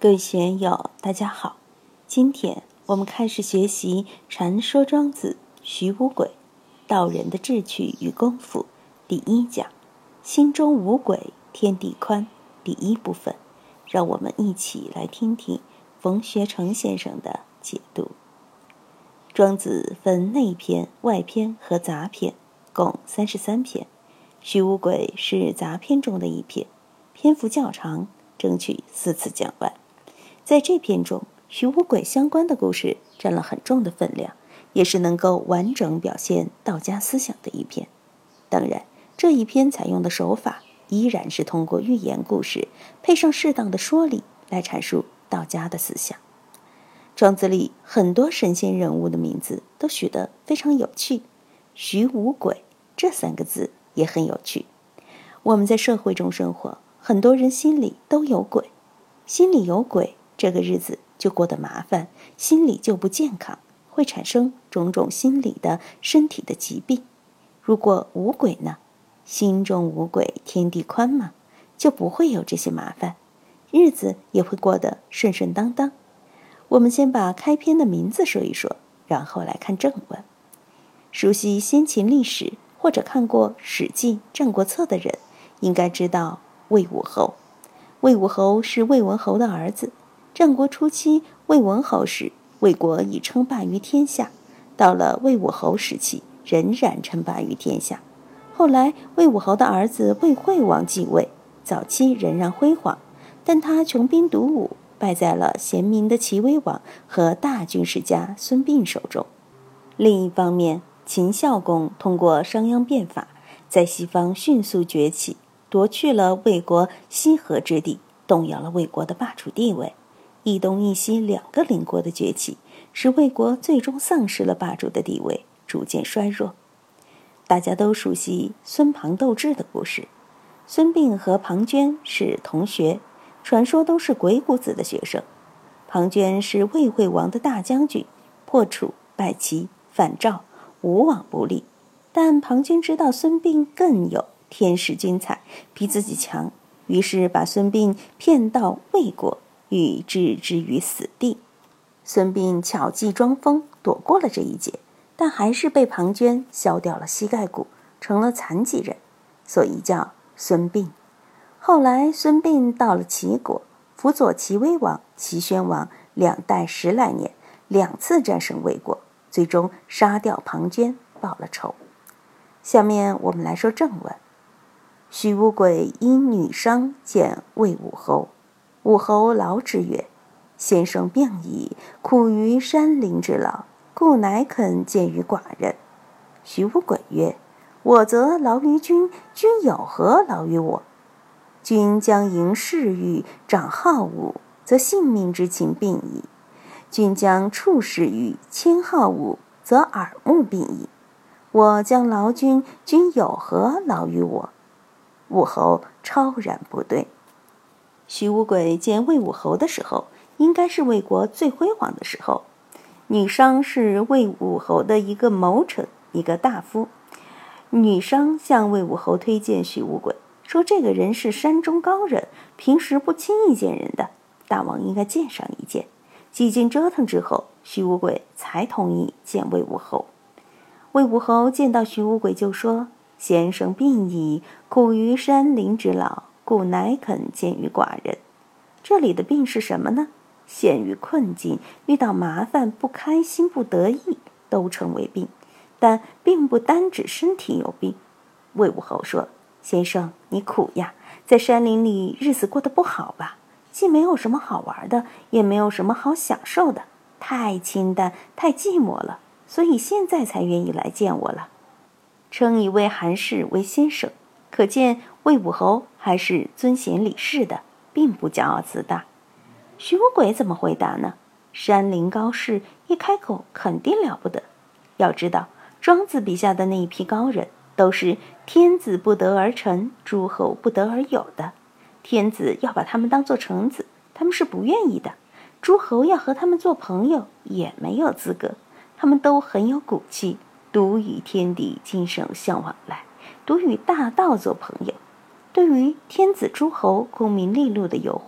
各位学友，大家好。今天我们开始学习《传说庄子·徐无鬼》道人的志趣与功夫第一讲，心中无鬼，天地宽第一部分。让我们一起来听听冯学成先生的解读。庄子分内篇、外篇和杂篇，共33篇。徐无鬼是杂篇中的一篇，篇幅较长，争取4次讲完。在这篇中，徐无鬼相关的故事占了很重的分量，也是能够完整表现道家思想的一篇。当然，这一篇采用的手法依然是通过寓言故事配上适当的说理来阐述道家的思想。庄子里很多神仙人物的名字都取得非常有趣，徐无鬼这3个字也很有趣。我们在社会中生活，很多人心里都有鬼，心里有鬼，这个日子就过得麻烦，心理就不健康，会产生种种心理的身体的疾病。如果无鬼呢？心中无鬼，天地宽嘛，就不会有这些麻烦，日子也会过得顺顺当当。我们先把开篇的名字说一说，然后来看正文。熟悉先秦历史或者看过《史记》《战国策》的人，应该知道魏武侯。魏武侯是魏文侯的儿子。战国初期，魏文侯时，魏国已称霸于天下。到了魏武侯时期，仍然称霸于天下。后来，魏武侯的儿子魏惠王继位，早期仍然辉煌，但他穷兵黩武，败在了贤明的齐威王和大军事家孙膑手中。另一方面，秦孝公通过商鞅变法，在西方迅速崛起，夺去了魏国西河之地，动摇了魏国的霸主地位。一东一西2个邻国的崛起，使魏国最终丧失了霸主的地位，逐渐衰弱。大家都熟悉孙庞斗智的故事。孙膑和庞涓是同学，传说都是鬼谷子的学生。庞涓是魏惠王的大将军，破楚、败齐、反赵，无往不利。但庞涓知道孙膑更有天时君才，比自己强，于是把孙膑骗到魏国，欲置之于死地。孙膑巧计装疯，躲过了这一劫，但还是被庞涓削掉了膝盖骨，成了残疾人，所以叫孙膑。后来孙膑到了齐国，辅佐齐威王、齐宣王2代10来年，2次战胜魏国，最终杀掉庞涓，报了仇。下面我们来说正文。徐无鬼因女伤见魏武侯，武侯劳之曰：先生病矣，苦于山林之劳，故乃肯见于寡人。徐无鬼曰：我则劳于君，君有何劳于我？君将迎世欲，长好恶，则性命之情病矣；君将触视欲，牵好恶，则耳目病矣。我将劳君，君有何劳于我？武侯超然不对。徐无鬼见魏武侯的时候，应该是魏国最辉煌的时候。女商是魏武侯的一个谋臣，一个大夫。女商向魏武侯推荐徐无鬼，说这个人是山中高人，平时不轻易见人的，大王应该见上一见。几经折腾之后，徐无鬼才同意见魏武侯。魏武侯见到徐无鬼就说：先生病矣，苦于山林之劳，故乃肯见于寡人。这里的病是什么呢？陷于困境，遇到麻烦，不开心、不得意，都称为病，但并不单指身体有病。魏武侯说：先生，你苦呀，在山林里日子过得不好吧？既没有什么好玩的，也没有什么好享受的，太清淡，太寂寞了，所以现在才愿意来见我了。称一位寒士为先生，可见魏武侯还是尊贤礼士的，并不骄傲自大。徐无鬼怎么回答呢？山林高士一开口肯定了不得。要知道，庄子笔下的那一批高人，都是天子不得而成，诸侯不得而有的。天子要把他们当作臣子，他们是不愿意的；诸侯要和他们做朋友，也没有资格。他们都很有骨气，独与天地今生相往来，独与大道做朋友。对于天子诸侯功名利禄的诱惑，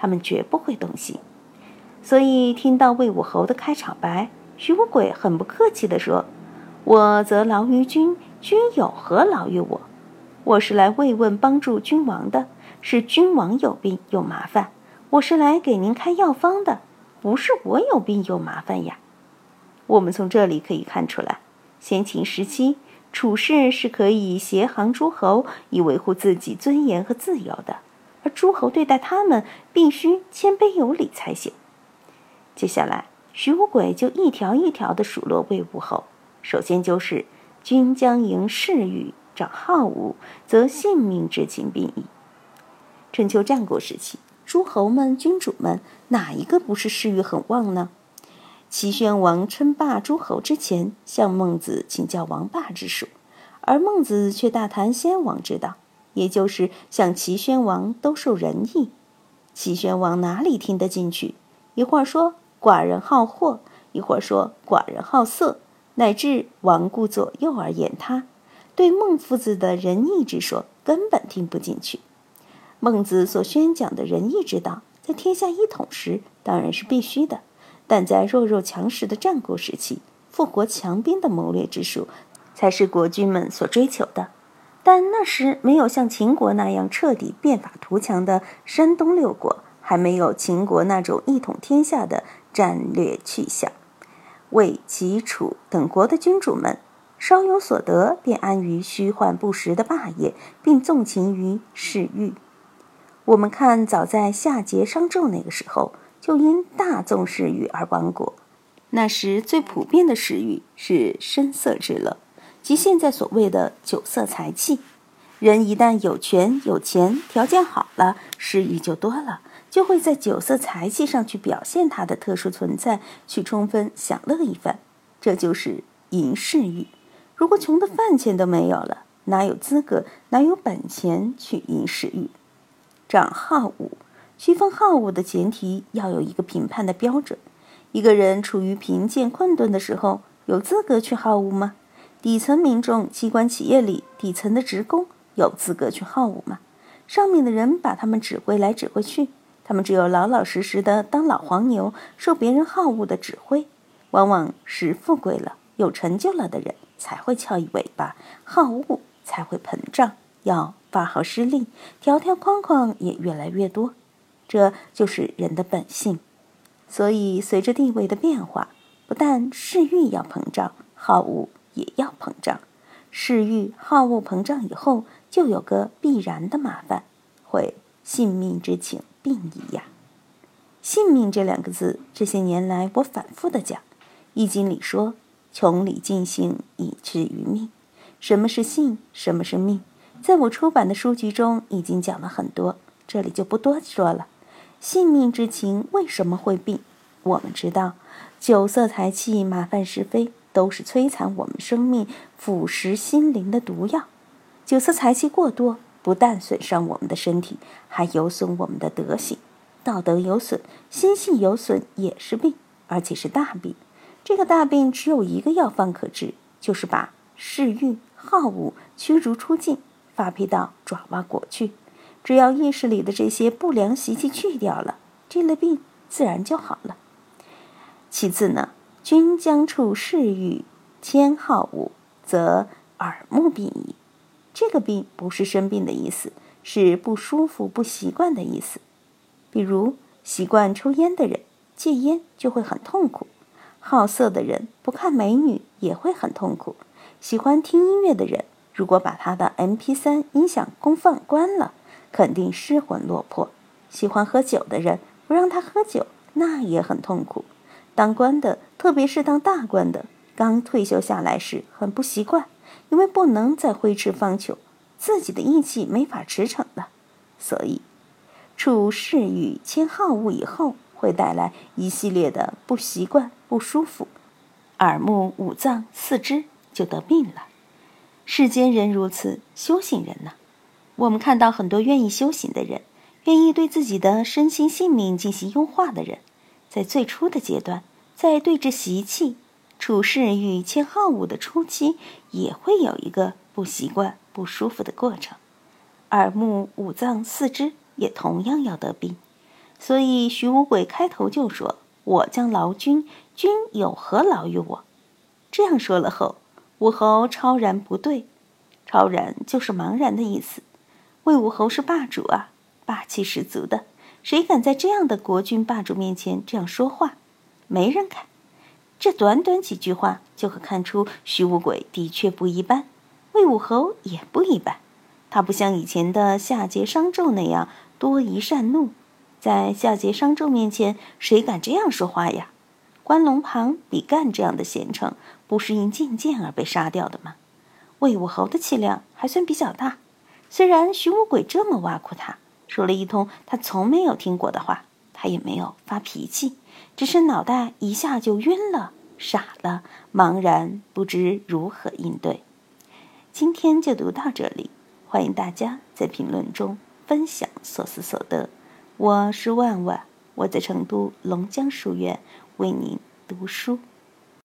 他们绝不会动心。所以听到魏武侯的开场白，徐无鬼很不客气地说：“我则劳于君，君有何劳于我？我是来慰问帮助君王的，是君王有病有麻烦，我是来给您开药方的，不是我有病有麻烦呀。”我们从这里可以看出来，先秦时期处士是可以挟行诸侯，以维护自己尊严和自由的，而诸侯对待他们必须谦卑有礼才行。接下来徐无鬼就一条一条地数落魏武侯。首先就是君将迎士欲，长好恶，则性命之情并矣。春秋战国时期，诸侯们君主们哪一个不是士欲很旺呢？齐宣王称霸诸侯之前，向孟子请教王霸之术，而孟子却大谈先王之道，也就是向齐宣王兜售仁义。齐宣王哪里听得进去？一会儿说寡人好货，一会儿说寡人好色，乃至王顾左右而言他，对孟夫子的仁义之说根本听不进去。孟子所宣讲的仁义之道，在天下一统时当然是必须的，但在弱肉强食的战国时期，富国强兵的谋略之术才是国君们所追求的。但那时没有像秦国那样彻底变法图强的山东六国，还没有秦国那种一统天下的战略去向。魏、齐、楚等国的君主们稍有所得，便安于虚幻不实的霸业，并纵情于嗜欲。我们看，早在夏桀、商纣那个时候，就因大纵嗜欲而亡国。那时最普遍的嗜欲是声色之乐，即现在所谓的酒色财气。人一旦有权有钱，条件好了，嗜欲就多了，就会在酒色财气上去表现它的特殊存在，去充分享乐一番，这就是淫嗜欲。如果穷的饭钱都没有了，哪有资格，哪有本钱去淫嗜欲？长好恶，区分好恶的前提要有一个评判的标准。一个人处于贫贱困顿的时候，有资格去好恶吗？底层民众，机关企业里底层的职工，有资格去好恶吗？上面的人把他们指挥来指挥去，他们只有老老实实的当老黄牛，受别人好恶的指挥。往往是富贵了、有成就了的人才会翘一尾巴，好恶才会膨胀，要发号施令，条条框框也越来越多。这就是人的本性。所以随着地位的变化，不但嗜欲要膨胀，好恶也要膨胀。嗜欲、好恶膨胀以后，就有个必然的麻烦，会性命之情并矣呀。性命这两个字，这些年来我反复的讲，《易经》里说穷理尽性，以至于命。什么是性，什么是命，在我出版的书籍中已经讲了很多，这里就不多说了。性命之情为什么会病？我们知道，酒色财气、麻烦是非，都是摧残我们生命、腐蚀心灵的毒药。酒色财气过多，不但损伤我们的身体，还有损我们的德行。道德有损，心性有损，也是病，而且是大病。这个大病只有一个药方可治，就是把嗜欲、好恶驱逐出境，发配到爪哇国去。只要意识里的这些不良习气去掉了，这类病自然就好了。其次呢，君将处嗜欲，谦好恶，则耳目病矣。这个病不是生病的意思，是不舒服、不习惯的意思。比如习惯抽烟的人，戒烟就会很痛苦；好色的人不看美女也会很痛苦；喜欢听音乐的人，如果把他的 MP3 音响功放关了，肯定失魂落魄；喜欢喝酒的人，不让他喝酒，那也很痛苦。当官的，特别是当大官的，刚退休下来时很不习惯，因为不能再挥斥方遒，自己的义气没法驰骋了。所以处嗜欲、谦好恶以后，会带来一系列的不习惯、不舒服，耳目、五脏、四肢就得病了。世间人如此，修行人呢？我们看到很多愿意修行的人，愿意对自己的身心性命进行优化的人，在最初的阶段，在对治习气、处事欲、谦好恶的初期，也会有一个不习惯、不舒服的过程。耳目、五脏、四肢也同样要得病。 所以徐无鬼开头就说：“我将劳君，君有何劳于我？”这样说了后，武侯超然不对。超然就是茫然的意思。魏武侯是霸主啊，霸气十足的，谁敢在这样的国君霸主面前这样说话？没人敢。这短短几句话就可看出徐无鬼的确不一般，魏武侯也不一般。他不像以前的夏桀、商纣那样多疑善怒，在夏桀、商纣面前，谁敢这样说话呀？关龙庞、比干这样的贤臣，不是因进谏而被杀掉的吗？魏武侯的气量还算比较大，虽然徐无鬼这么挖苦他，说了一通他从没有听过的话，他也没有发脾气，只是脑袋一下就晕了，傻了，茫然不知如何应对。今天就读到这里，欢迎大家在评论中分享所思所得。我是万万，我在成都龙江书院为您读书。